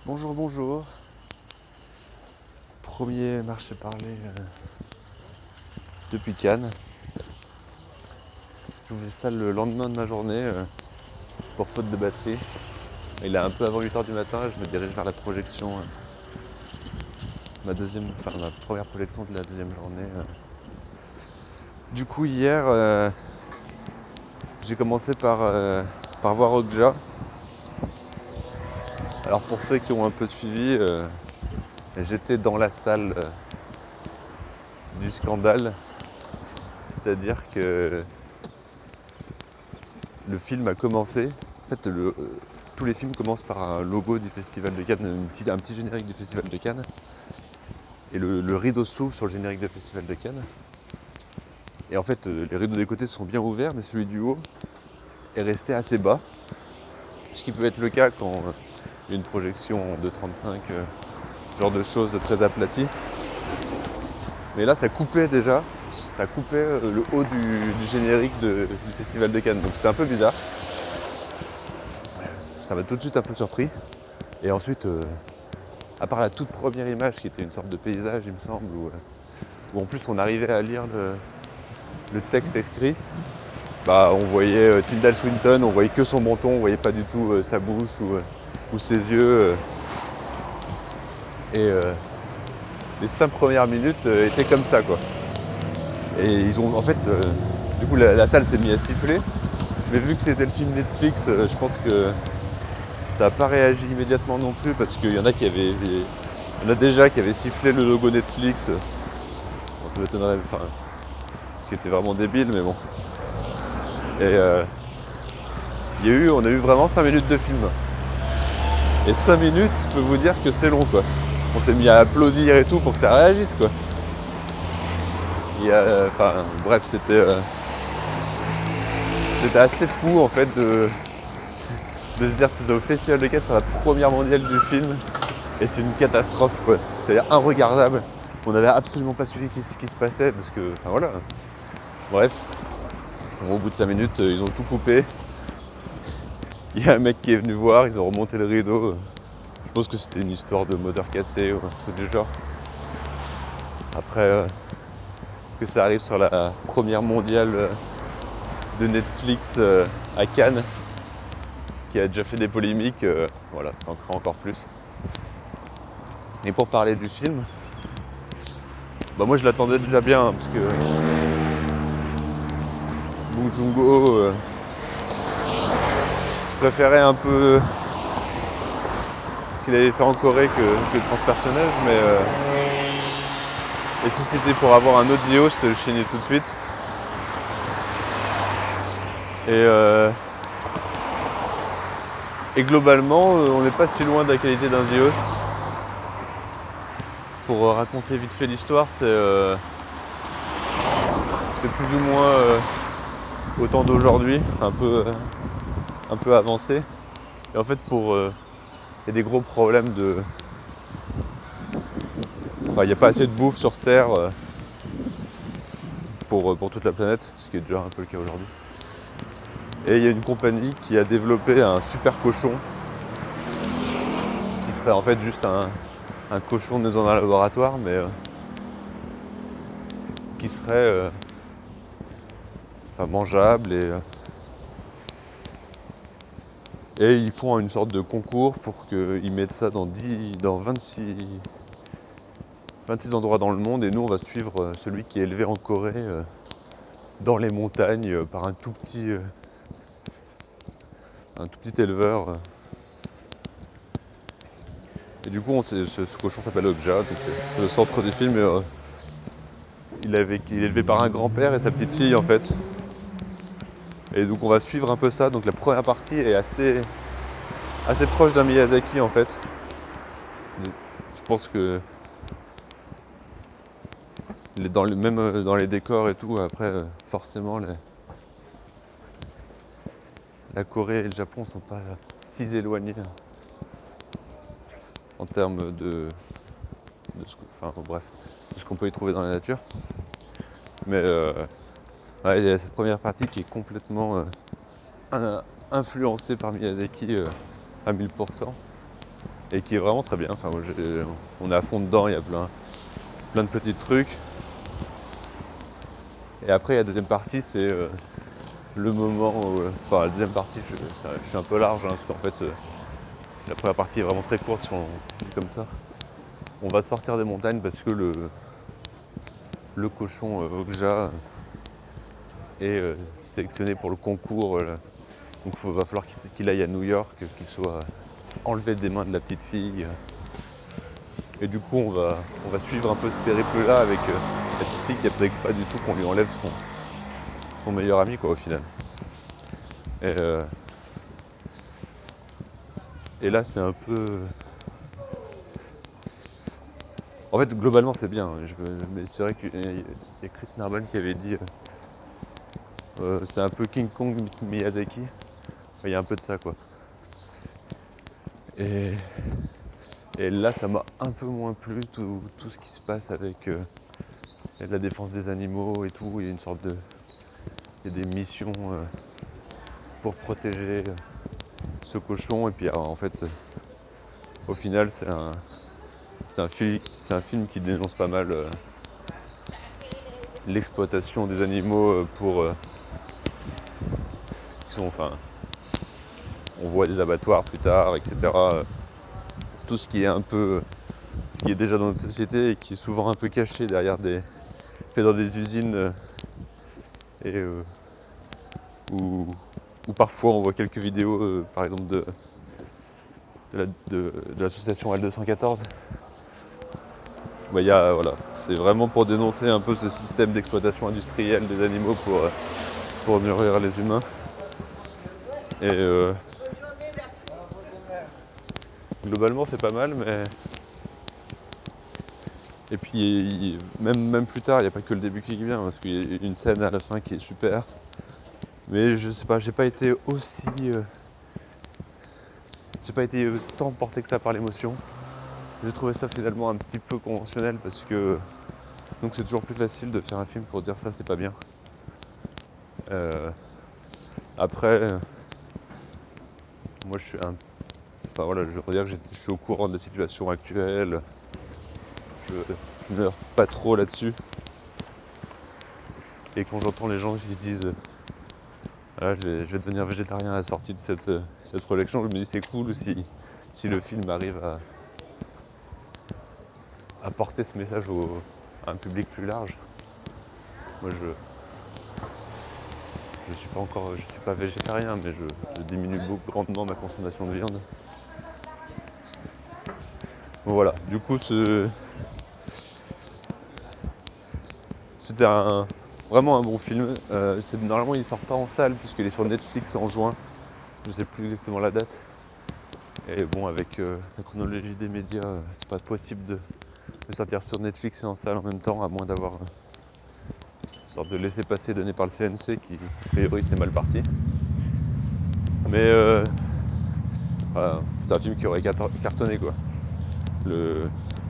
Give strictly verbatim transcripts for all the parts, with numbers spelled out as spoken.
Bonjour, bonjour. Premier marché parlé euh, depuis Cannes. Je vous fais ça le lendemain de ma journée euh, pour faute de batterie. Il est un peu avant huit heures du matin et je me dirige vers la projection. Euh, ma deuxième, enfin ma première projection de la deuxième journée. euh. Du coup hier euh, j'ai commencé par, euh, par voir Okja. Alors pour ceux qui ont un peu suivi, euh, j'étais dans la salle euh, du scandale. C'est-à-dire que le film a commencé. En fait, le, euh, tous les films commencent par un logo du Festival de Cannes, un petit, un petit générique du Festival de Cannes. Et le, le rideau s'ouvre sur le générique du Festival de Cannes. Et en fait, euh, les rideaux des côtés sont bien ouverts, mais celui du haut est resté assez bas. Ce qui peut être le cas quand euh, il y a une projection en deux trente-cinq, euh, genre de choses très aplaties. Mais là, ça coupait déjà. Ça coupait euh, le haut du, du générique de- du Festival de Cannes. Donc c'était un peu bizarre. Ça m'a tout de suite un peu surpris. Et ensuite, euh, à part la toute première image qui était une sorte de paysage, il me semble, où, euh, où en plus on arrivait à lire le, le texte écrit, bah, on voyait euh, Tilda Swinton, on voyait que son menton, on voyait pas du tout euh, sa bouche ou, euh, ou ses yeux. euh. et euh, les cinq premières minutes euh, étaient comme ça, quoi. Et ils ont, en fait, euh, du coup, la, la salle s'est mise à siffler. Mais vu que c'était le film Netflix, euh, je pense que ça n'a pas réagi immédiatement non plus parce qu'il y en a qui avaient, il y en a déjà qui avaient sifflé le logo Netflix. Bon, ça m'étonnerait, enfin, ce qui était vraiment débile, mais bon. Et euh, il y a eu, on a eu vraiment cinq minutes de film. Et cinq minutes, je peux vous dire que c'est long, quoi. On s'est mis à applaudir et tout pour que ça réagisse, quoi. Il y a, enfin, bref, c'était, euh, c'était assez fou en fait de, de se dire que au Festival de Cannes sur la première mondiale du film et c'est une catastrophe, quoi. C'est irregardable. On n'avait absolument pas suivi ce qui se passait parce que, enfin voilà. Bref, bon, au bout de cinq minutes, ils ont tout coupé. Il y a un mec qui est venu voir, ils ont remonté le rideau. Je pense que c'était une histoire de moteur cassé ou un truc du genre. Après euh, que ça arrive sur la première mondiale euh, de Netflix euh, à Cannes, qui a déjà fait des polémiques, euh, voilà, ça en crée encore plus. Et pour parler du film, bah moi je l'attendais déjà bien, hein, parce que Bong Joon-ho, euh, je préférais un peu ce qu'il avait fait en Corée que, que le transpersonnage, mais euh, et si c'était pour avoir un audio, je te le chaînais tout de suite. Et, euh, et globalement, euh, on n'est pas si loin de la qualité d'un The Host. Pour euh, raconter vite fait l'histoire, c'est euh, c'est plus ou moins euh, au temps d'aujourd'hui, un peu, euh, un peu avancé. Et en fait, pour euh, il y a des gros problèmes de, enfin, il n'y a pas assez de bouffe sur Terre euh, pour, euh, pour toute la planète, ce qui est déjà un peu le cas aujourd'hui. Et il y a une compagnie qui a développé un super cochon qui serait en fait juste un, un cochon né dans un laboratoire, mais euh, qui serait euh, enfin, mangeable et, euh, et ils font une sorte de concours pour qu'ils mettent ça dans, dix, dans vingt-six, vingt-six endroits dans le monde et nous on va suivre euh, celui qui est élevé en Corée euh, dans les montagnes euh, par un tout petit euh, un tout petit éleveur. Euh. Et du coup on, ce, ce cochon s'appelle Okja, donc euh, c'est le centre du film. Et, euh, il, avait, il est élevé par un grand-père et sa petite fille en fait. Et donc on va suivre un peu ça. Donc la première partie est assez, assez proche d'un Miyazaki en fait. Je pense que dans le, même dans les décors et tout, après forcément les, la Corée et le Japon sont pas si éloignés en termes de, de ce, enfin bref, de ce qu'on peut y trouver dans la nature. Mais euh, ouais, il y a cette première partie qui est complètement euh, influencée par Miyazaki euh, à mille pour cent. et qui est vraiment très bien. Enfin, moi, j'ai- on est à fond dedans, il y a plein, plein de petits trucs. Et après, la deuxième partie, c'est euh, le moment où... euh, Enfin, la deuxième partie, je, ça- je suis un peu large, hein, parce qu'en fait, euh, la première partie est vraiment très courte, si on dit comme ça. On va sortir des montagnes parce que le, le cochon euh, Okja est euh, sélectionné pour le concours. euh, donc il va falloir qu'il qu'il aille à New York, qu'il soit enlevé des mains de la petite fille. Et du coup, on va, on va suivre un peu ce périple-là avec euh, la petite fille qui n'apprécie pas du tout qu'on lui enlève son, son meilleur ami, quoi, au final. Et, euh, et là, c'est un peu... En fait, globalement, c'est bien. Je, mais c'est vrai qu'il y a Chris Narbonne qui avait dit... Euh, euh, c'est un peu King Kong Miyazaki. Enfin, il y a un peu de ça, quoi. Et, et là, ça m'a un peu moins plu, tout, tout ce qui se passe avec euh, la défense des animaux et tout. Il y a une sorte de... Il y a des missions euh, pour protéger euh, ce cochon. Et puis, euh, en fait, euh, au final, c'est un, c'est un, film, c'est un film qui dénonce pas mal euh, l'exploitation des animaux euh, pour... Euh, qui sont, enfin, on voit des abattoirs plus tard, et cetera. Euh, tout ce qui est un peu... Ce qui est déjà dans notre société et qui est souvent un peu caché derrière des... fait dans des usines euh, et euh, où, où parfois on voit quelques vidéos, euh, par exemple de, de, la, de, de l'association L deux cent quatorze. Bah, y a, voilà, c'est vraiment pour dénoncer un peu ce système d'exploitation industrielle des animaux pour, euh, pour nourrir les humains. Et euh, globalement c'est pas mal, mais... Et puis même, même plus tard, il n'y a pas que le début qui est bien, parce qu'il y a une scène à la fin qui est super. Mais je sais pas, j'ai pas été aussi... Euh, j'ai pas été tant porté que ça par l'émotion. J'ai trouvé ça finalement un petit peu conventionnel parce que... Donc c'est toujours plus facile de faire un film pour dire ça c'est pas bien. Euh, après... Euh, moi je suis un... Enfin voilà, je veux dire que je suis au courant de la situation actuelle. Je, je ne meurs pas trop là-dessus. Et quand j'entends les gens qui disent euh, ah, je, vais, je vais devenir végétarien à la sortie de cette, euh, cette projection, je me dis c'est cool si, si le film arrive à, à porter ce message au, à un public plus large. Moi je je suis pas encore je suis pas végétarien, mais je, je diminue beaucoup grandement ma consommation de viande. Bon voilà, du coup ce, c'était un, vraiment un bon film. Euh, normalement il sort pas en salle puisqu'il est sur Netflix en juin. Je sais plus exactement la date. Et bon, avec euh, la chronologie des médias, euh, c'est pas possible de, de sortir sur Netflix et en salle en même temps, à moins d'avoir euh, une sorte de laissez-passer donné par le C N C qui, a priori, c'est mal parti. Mais euh, voilà, c'est un film qui aurait cartonné, quoi. Le...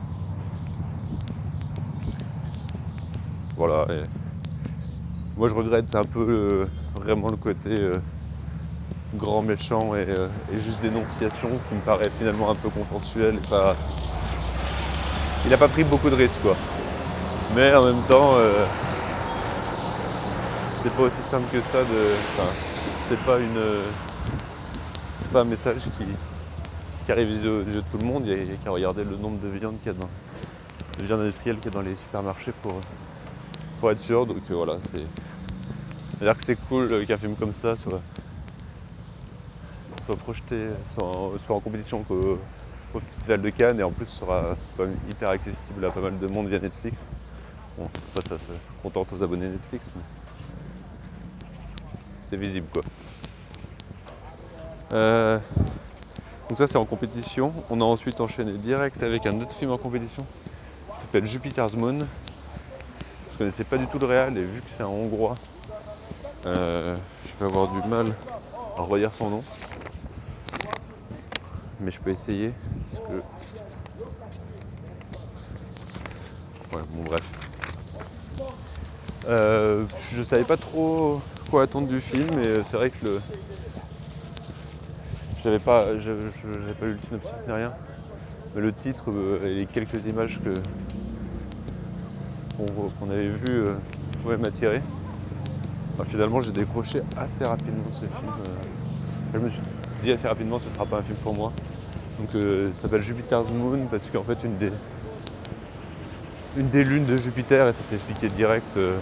Voilà. Et moi, je regrette, c'est un peu euh, vraiment le côté euh, grand méchant et, euh, et juste dénonciation qui me paraît finalement un peu consensuel et pas... Il a pas pris beaucoup de risques, quoi. Mais en même temps, euh, c'est pas aussi simple que ça de. Enfin, c'est pas une. C'est pas un message qui, qui arrive aux yeux de tout le monde. Il y a qu'à regarder le nombre de viande qu'il y a dans. De viande industrielle qu'il y a dans les supermarchés pour, pour être sûr. Donc euh, voilà, c'est. C'est-à-dire que c'est cool qu'un film comme ça soit, soit projeté, soit, soit en compétition qu'au au Festival de Cannes et en plus sera quand même hyper accessible à pas mal de monde via Netflix. Bon, après ça se contente aux abonnés Netflix, mais c'est visible quoi. Euh, donc ça c'est en compétition. On a ensuite enchaîné direct avec un autre film en compétition qui s'appelle Jupiter's Moon. Je connaissais pas du tout le réal et vu que c'est un hongrois, euh, je vais avoir du mal à redire son nom. Mais je peux essayer parce que... Ouais, bon bref. Euh, je savais pas trop quoi attendre du film et c'est vrai que le... j'avais pas, je, je, j'avais pas lu le synopsis ni rien, mais le titre euh, et les quelques images que, qu'on, qu'on avait vues euh, ouais, m'attirer. Enfin, finalement, j'ai décroché assez rapidement ce film. euh. Je me suis dit assez rapidement, ce ne sera pas un film pour moi. Donc, euh, ça s'appelle Jupiter's Moon parce qu'en fait, une des, une des lunes de Jupiter, et ça s'est expliqué direct euh,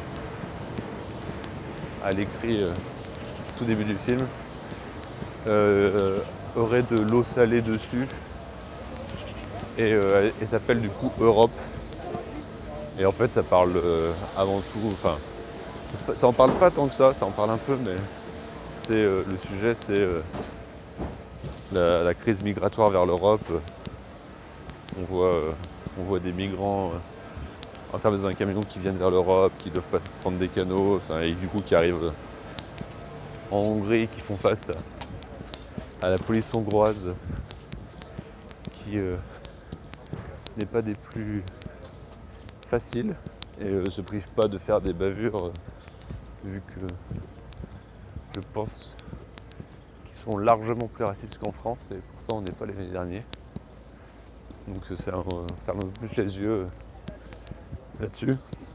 à l'écrit euh, tout début du film, euh, aurait de l'eau salée dessus et, euh, et s'appelle du coup Europe. Et en fait, ça parle euh, avant tout, enfin, ça en parle pas tant que ça, ça en parle un peu, mais c'est euh, le sujet, c'est euh, la, la crise migratoire vers l'Europe. On voit, euh, on voit des migrants euh, enfermés dans un camion qui viennent vers l'Europe, qui doivent pas prendre des canaux, enfin, et du coup qui arrivent en Hongrie, qui font face à, à la police hongroise, qui euh, n'est pas des plus faciles et euh, se prive pas de faire des bavures, euh, vu que je pense qu'ils sont largement plus racistes qu'en France, et pourtant on n'est pas les derniers. Donc c'est un, euh, ferme un peu plus les yeux euh, là-dessus.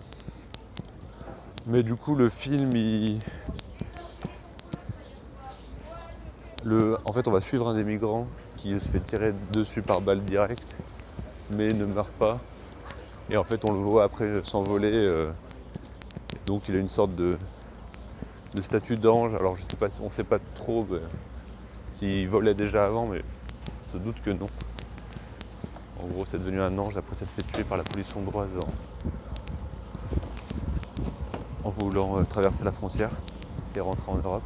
Mais du coup le film, il... le... en fait on va suivre un des migrants qui se fait tirer dessus par balle directe, mais ne meurt pas. Et en fait on le voit après s'envoler, euh... donc il a une sorte de, de statut d'ange. Alors je sais pas, on sait pas trop bah, s'il volait déjà avant, mais on se doute que non. En gros, c'est devenu un ange après s'être fait tuer par la police hongroise en, en voulant euh, traverser la frontière et rentrer en Europe.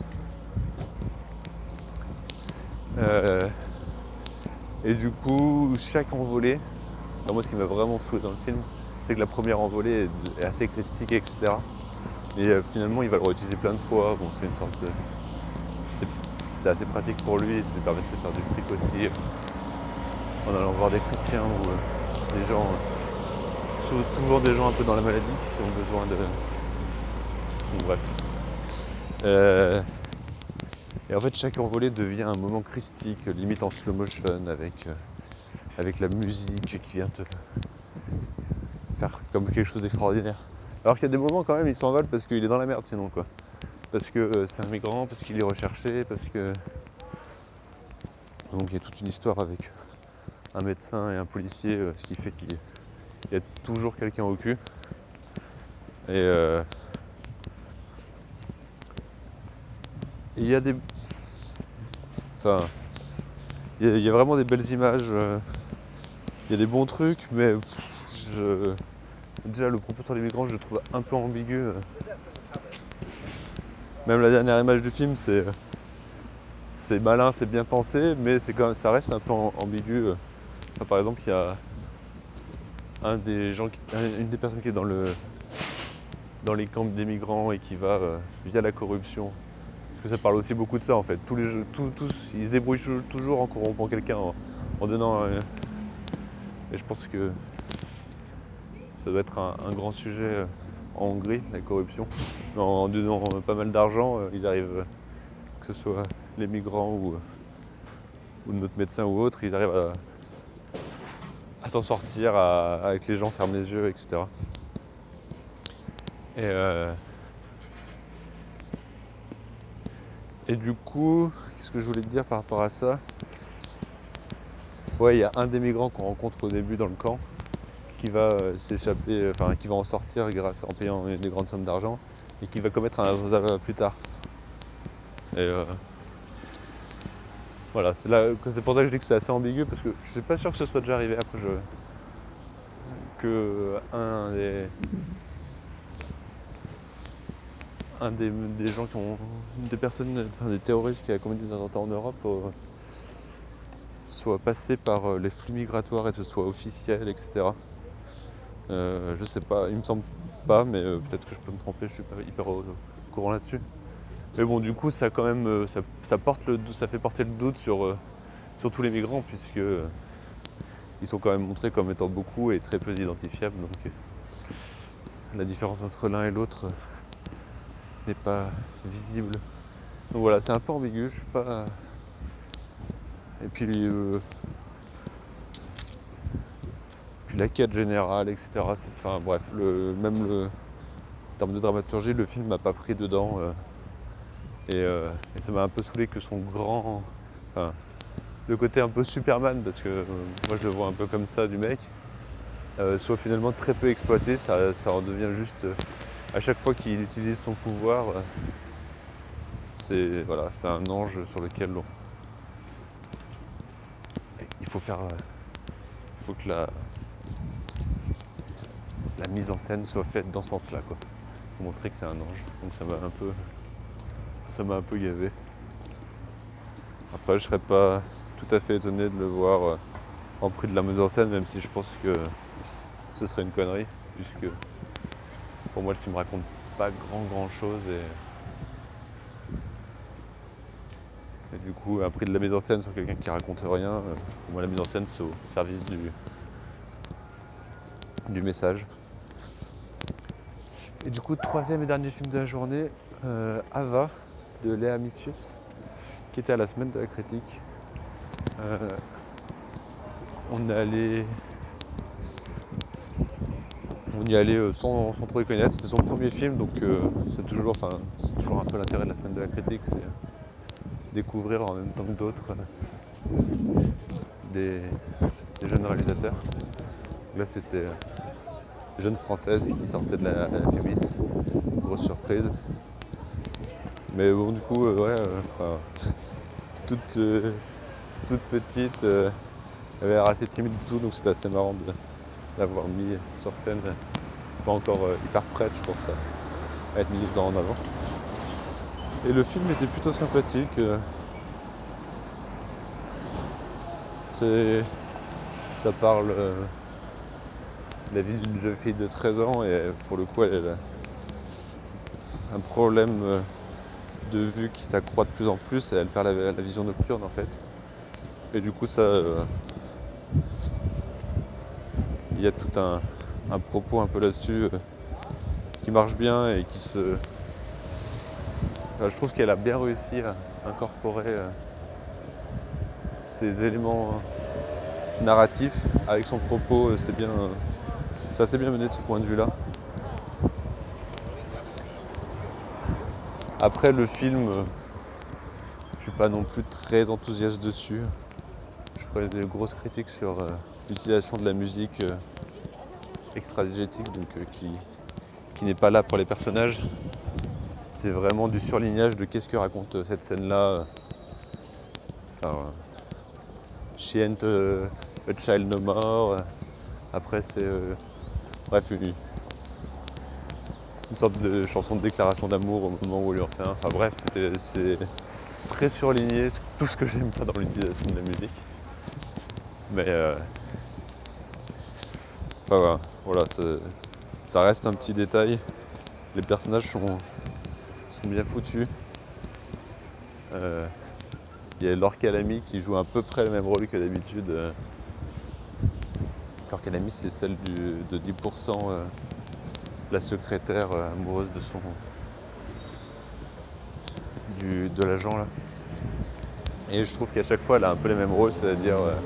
Euh, et du coup, chaque envolée, enfin, moi ce qui m'a vraiment saoulé dans le film, c'est que la première envolée est, est assez christique, et cetera. Et euh, finalement, il va le réutiliser plein de fois. Bon, c'est une sorte de... C'est, c'est assez pratique pour lui, ça lui permet de se faire du fric aussi, en allant voir des chrétiens ou euh, des gens, euh, souvent des gens un peu dans la maladie, qui ont besoin de... Bon, bref. Euh, et en fait, chaque envolée devient un moment christique, limite en slow motion, avec, euh, avec la musique qui vient te faire comme quelque chose d'extraordinaire. Alors qu'il y a des moments quand même, il s'envole parce qu'il est dans la merde sinon, quoi. Parce que euh, c'est un migrant, parce qu'il est recherché, parce que... Donc il y a toute une histoire avec un médecin et un policier, euh, ce qui fait qu'il y a toujours quelqu'un au cul. Et euh, il y a des... Enfin, il y, y a vraiment des belles images, euh, il y a des bons trucs, mais pff, je... déjà le propos sur les migrants, je le trouve un peu ambigu. Euh. Même la dernière image du film, c'est... c'est malin, c'est bien pensé, mais c'est quand même, ça reste un peu ambigu. Enfin, par exemple, il y a un des gens, qui, une des personnes qui est dans le dans les camps des migrants et qui va euh, via la corruption. Parce que ça parle aussi beaucoup de ça en fait. Tous les jeux, tous, tous, ils se débrouillent toujours en corrompant quelqu'un, en, en donnant. Un... Et je pense que ça doit être un, un grand sujet en Hongrie, la corruption. En, en donnant pas mal d'argent, ils arrivent, que ce soit les migrants ou, ou notre médecin ou autre, ils arrivent à, à s'en sortir, à, avec les gens ferment les yeux, et cetera. Et, euh, et du coup, qu'est-ce que je voulais te dire par rapport à ça? Ouais, il y a un des migrants qu'on rencontre au début dans le camp qui va euh, s'échapper, enfin qui va en sortir grâce en payant des grandes sommes d'argent et qui va commettre un attentat plus tard. Et euh, voilà, c'est, là, c'est pour ça que je dis que c'est assez ambigu parce que je suis pas sûr que ce soit déjà arrivé. Après, je que un des un des, des gens qui ont des personnes, enfin des terroristes qui a commis des attentats en Europe euh, soit passé par euh, les flux migratoires et ce soit officiel, et cetera. Euh, je sais pas, il me semble pas, mais euh, peut-être que je peux me tromper, je suis pas hyper au courant là-dessus. Mais bon, du coup, ça quand même, euh, ça, ça porte le, ça fait porter le doute sur, euh, sur tous les migrants puisque euh, ils sont quand même montrés comme étant beaucoup et très peu identifiables. Donc euh, la différence entre l'un et l'autre euh, n'est pas visible. Donc voilà, c'est un peu ambigu. Je suis pas, et puis, euh, puis la quête générale, et cetera. C'est, enfin bref, le, même le, en termes de dramaturgie, le film m'a pas pris dedans. Euh, et, euh, et ça m'a un peu saoulé que son grand... Enfin, le côté un peu Superman, parce que euh, moi je le vois un peu comme ça du mec, euh, soit finalement très peu exploité. Ça, ça en devient juste... Euh, à chaque fois qu'il utilise son pouvoir, euh, c'est, voilà, c'est un ange sur lequel on... il faut faire... Euh, il faut que la... la mise en scène soit faite dans ce sens-là, quoi. Pour montrer que c'est un ange. Donc ça m'a un peu... ça m'a un peu gavé. Après, je serais pas tout à fait étonné de le voir euh, en prix de la mise en scène, même si je pense que ce serait une connerie, puisque pour moi le film raconte pas grand grand chose et, et du coup un prix de la mise en scène sur quelqu'un qui raconte rien, euh, pour moi la mise en scène c'est au service du, du message. Et du coup, troisième et dernier film de la journée, euh, Ava de Léa Missius, qui était à la semaine de la critique. Euh, on est allé... On y allait sans, sans trop y connaître, c'était son premier film, donc euh, c'est toujours, enfin, c'est toujours un peu l'intérêt de la semaine de la critique, c'est découvrir en même temps que d'autres euh, des, des jeunes réalisateurs. Là c'était euh, des jeunes françaises qui sortaient de la, la Fémis, grosse surprise. Mais bon du coup, euh, ouais, euh, enfin, toute, euh, toute petite, euh, elle avait l'air assez timide du tout, donc c'était assez marrant de l'avoir mis sur scène. Pas encore euh, hyper prête, je pense, à, à être mise en avant. Et le film était plutôt sympathique. Euh, c'est, ça parle euh, de la vie d'une jeune fille de treize ans et pour le coup elle a un problème euh, de vue qui s'accroît de plus en plus et elle perd la, la vision nocturne en fait. Et du coup ça, euh, il y a tout un, un propos un peu là-dessus euh, qui marche bien et qui se... Enfin, je trouve qu'elle a bien réussi à incorporer euh, ces éléments euh, narratifs avec son propos. Euh, c'est bien, euh, c'est assez bien mené de ce point de vue-là. Après le film, euh, je suis pas non plus très enthousiaste dessus. Je ferai des grosses critiques sur euh, l'utilisation de la musique euh, extra-digétique, donc euh, qui, qui n'est pas là pour les personnages. C'est vraiment du surlignage de qu'est-ce que raconte euh, cette scène-là. Enfin, euh, She Ain't euh, a Child No More. Euh, après c'est euh, bref une, une sorte de chanson de déclaration d'amour au moment où il lui en fait un. Enfin bref, c'était, c'est très surligné, tout ce que j'aime pas dans l'utilisation de la musique. Mais euh, enfin voilà, voilà ça, ça reste un petit détail. Les personnages sont, sont bien foutus. Euh, Il y a Laure Calamy qui joue à peu près le même rôle que d'habitude. Laure Calamy, c'est celle du, de dix pour cent, euh, la secrétaire euh, amoureuse de son du, de l'agent là. Et je trouve qu'à chaque fois elle a un peu les mêmes rôles, c'est-à-dire euh,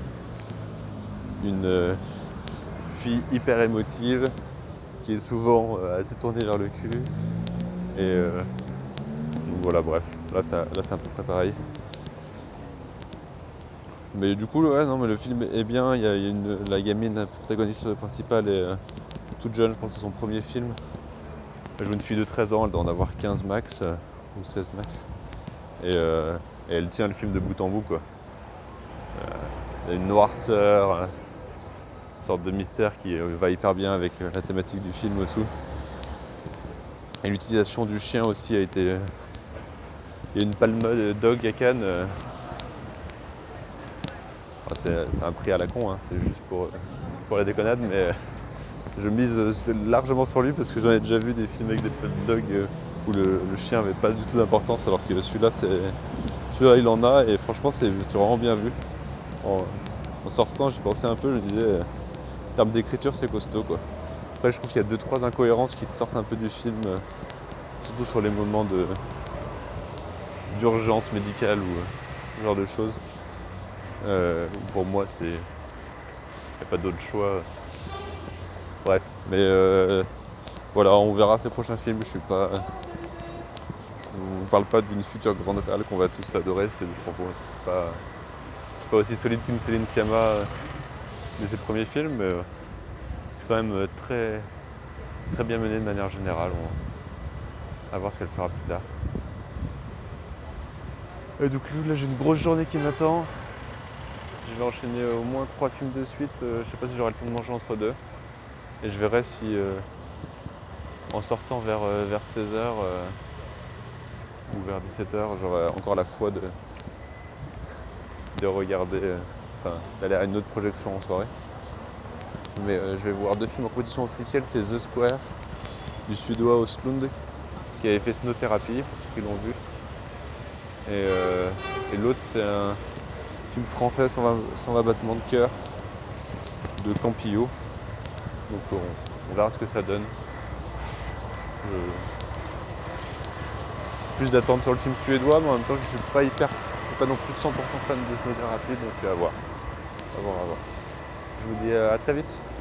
une euh, fille hyper émotive qui est souvent euh, assez tournée vers le cul. Et euh, donc voilà, bref, là, ça, là c'est à peu près pareil. Mais du coup, ouais, non, mais le film est bien. Il y a, il y a une, la gamine, la protagoniste principale, est euh, toute jeune, je pense que c'est son premier film. Elle joue une fille de treize ans, elle doit en avoir quinze max, euh, ou seize max. Et, euh, et elle tient le film de bout en bout, quoi. Euh, il y a une noirceur, euh, une sorte de mystère qui euh, va hyper bien avec euh, la thématique du film aussi. Et l'utilisation du chien aussi a été... Euh, il y a une palme dog à Cannes. Euh, enfin, c'est, c'est un prix à la con, hein, c'est juste pour, pour la déconnade, mais je mise largement sur lui parce que j'en ai déjà vu des films avec des palm dogs euh, où le, le chien n'avait pas du tout d'importance, alors que celui-là, c'est, celui-là il en a, et franchement c'est, c'est vraiment bien vu. En, en sortant, j'y pensais un peu, je me disais, euh, en termes d'écriture, c'est costaud, quoi. Après, je trouve qu'il y a deux trois incohérences qui te sortent un peu du film, euh, surtout sur les moments de, d'urgence médicale ou euh, ce genre de choses. Euh, pour moi, c'est. Il n'y a pas d'autre choix. Bref, mais euh, voilà, on verra ces prochains films. Je suis pas. Je vous parle pas d'une future grande perle qu'on va tous adorer. C'est, c'est pas. C'est pas aussi solide qu'une Céline Sciamma de ses premiers films, mais euh, c'est quand même euh, très, très bien mené de manière générale. On va voir ce qu'elle fera plus tard. Et donc là, j'ai une grosse journée qui m'attend. Je vais enchaîner au moins trois films de suite. Euh, je sais pas si j'aurai le temps de manger entre deux. Et je verrai si, euh, en sortant vers, euh, vers seize heures euh, ou vers dix-sept heures, j'aurai encore la foi de, de regarder, euh, enfin d'aller à une autre projection en soirée. Mais euh, je vais voir deux films en compétition officielle. C'est The Square du suédois Östlund qui avait fait Snow Therapy, pour ceux qui l'ont vu. Et, euh, et l'autre, c'est un film français, cent vingt battements de cœur, de Campillo. Donc on, on verra ce que ça donne. Je... Plus d'attente sur le film suédois, mais en même temps, je suis pas hyper, je suis pas non plus cent pour cent fan de Snow Therapy, donc à voir. À voir, à voir. Je vous dis à très vite.